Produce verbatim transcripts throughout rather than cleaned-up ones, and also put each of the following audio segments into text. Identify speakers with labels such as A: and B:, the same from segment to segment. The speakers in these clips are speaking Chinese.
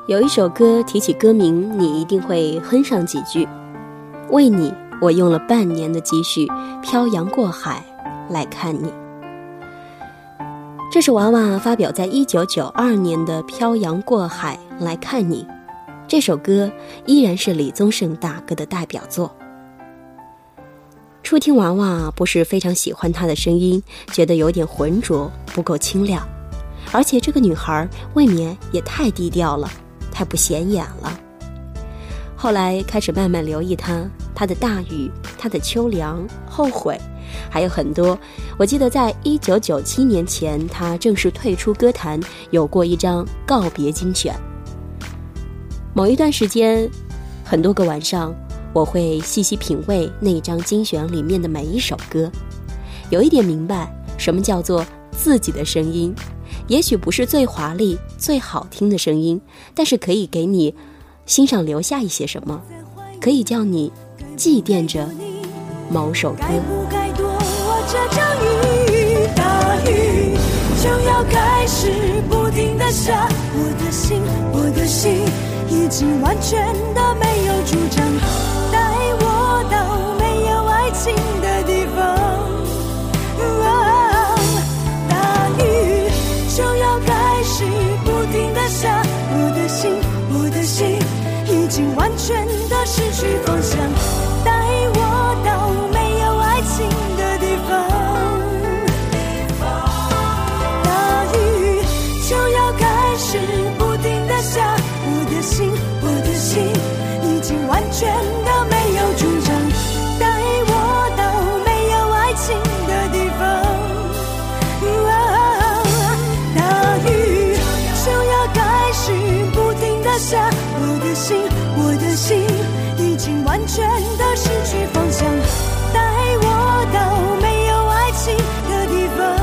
A: 有一首歌提起歌名，你一定会哼上几句。为你，我用了半年的积蓄，漂洋过海来看你。这是娃娃发表在一九九二年的《漂洋过海来看你》。这首歌依然是李宗盛大哥的代表作。初听娃娃不是非常喜欢她的声音，觉得有点浑浊，不够清亮，而且这个女孩未免也太低调了，太不显眼了。后来开始慢慢留意她，她的大雨，她的秋凉，后悔，还有很多。我记得在一九九七年前，她正式退出歌坛，有过一张告别精选。某一段时间，很多个晚上，我会细细品味那一张精选里面的每一首歌，有一点明白什么叫做自己的声音。也许不是最华丽最好听的声音，但是可以给你心上留下一些什么，可以叫你祭奠着某首歌。
B: 该不该躲我这场雨，大雨就要开始不停地下，我的心我的心已经完全的没有主张，带我到没有爱情的地方、哦、大雨就要开始不停地下，我的心我的心已经完全的失去方向，带我到没有爱情的地方，大雨就要开始不停地下，我的心我的心已经完全的没有主张，带我到没有爱情的地方、哦、大雨就要开始不停地下，我的心我的心已经完全的失去方向，带我到没有爱情的地方，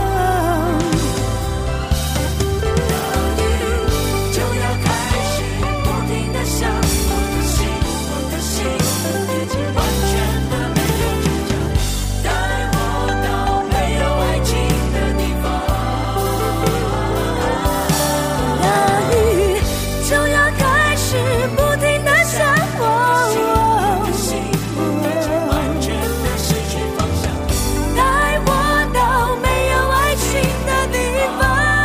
B: 大雨就要开始不停地下，我的心我的心已经完全的没有主张，带我到没有爱情的地方，大雨就要开始不停地下，我的心已经完全的失去方向，带我到没有爱情的地方，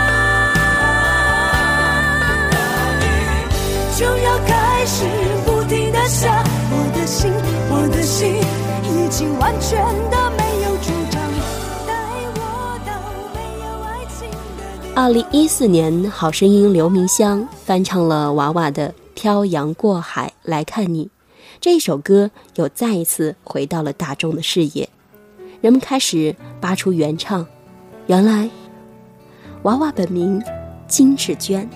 B: 大雨就要开始不停地下，我的心我的心已经完全的没有主张，带我到没有爱情的地方。
A: 二零一四年，好声音刘明湘翻唱了娃娃的《漂洋过海来看你》，这一首歌又再一次回到了大众的视野，人们开始扒出原唱，原来娃娃本名金志娟。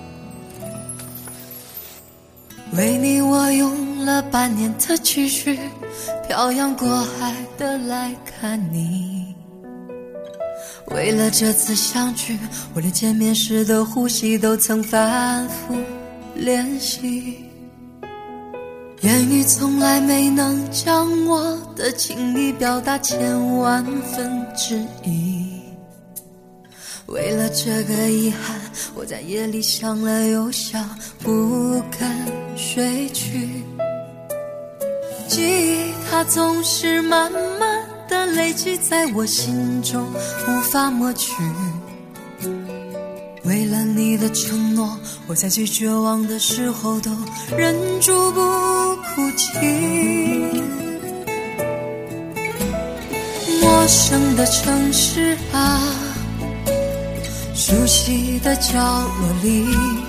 B: 为你我用了半年的积蓄，漂洋过海的来看你，为了这次相聚，我连见面时的呼吸都曾反复练习，言语从来没能将我的情意表达千万分之一，为了这个遗憾，我在夜里想了又想，不肯睡去，记忆它总是慢慢的累积在我心中，无法抹去，为了你的承诺，我在最绝望的时候都忍住不哭泣，陌生的城市啊，熟悉的角落里，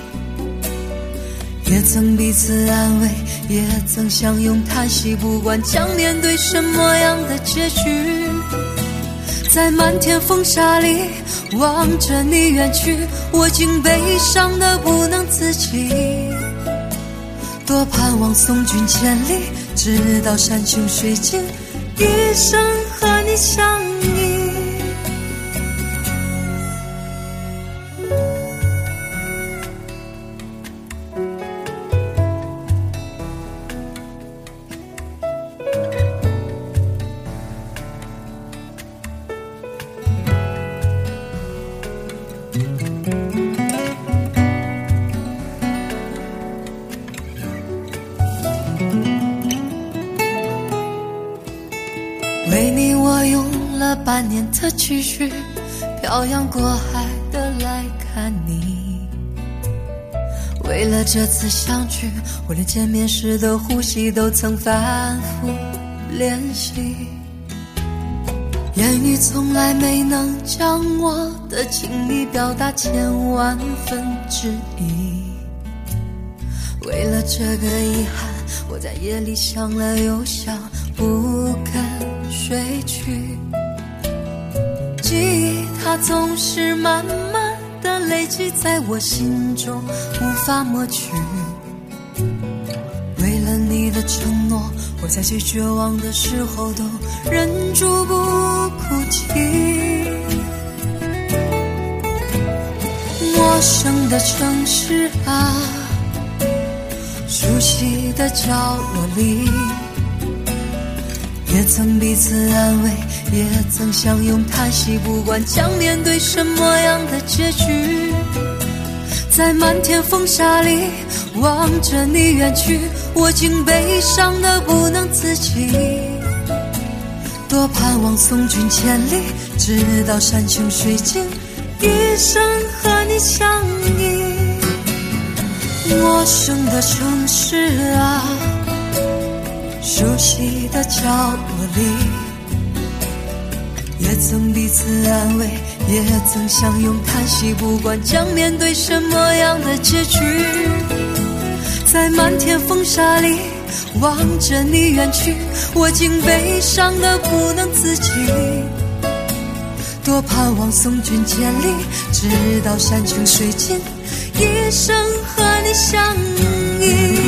B: 也曾彼此安慰，也曾相拥叹息，不管将面对什么样的结局，在漫天风沙里望着你远去，我竟悲伤得不能自己，多盼望送君千里，直到山穷水尽，一生和你相依。 了半年的积蓄，漂洋过海的来看你。为了这次相聚，我连见面时的呼吸都曾反复练习。言语从来没能将我的情意表达千万分之一。为了这个遗憾，我在夜里想了又想，不肯睡去。记忆它总是慢慢的累积在我心中，无法抹去。为了你的承诺，我在最绝望的时候都忍住不哭泣。陌生的城市啊，熟悉的角落里，也曾彼此安慰，也曾相拥叹息，不管将面对什么样的结局。在漫天风沙里望着你远去，我竟悲伤得不能自己。多盼望送君千里，直到山穷水尽，一生和你相依。陌生的城市啊，熟悉的角落里，也曾彼此安慰，也曾相拥叹息，不管将面对什么样的结局。在漫天风沙里望着你远去，我竟悲伤得不能自己。多盼望送君千里，直到山穷水尽，一生和你相依。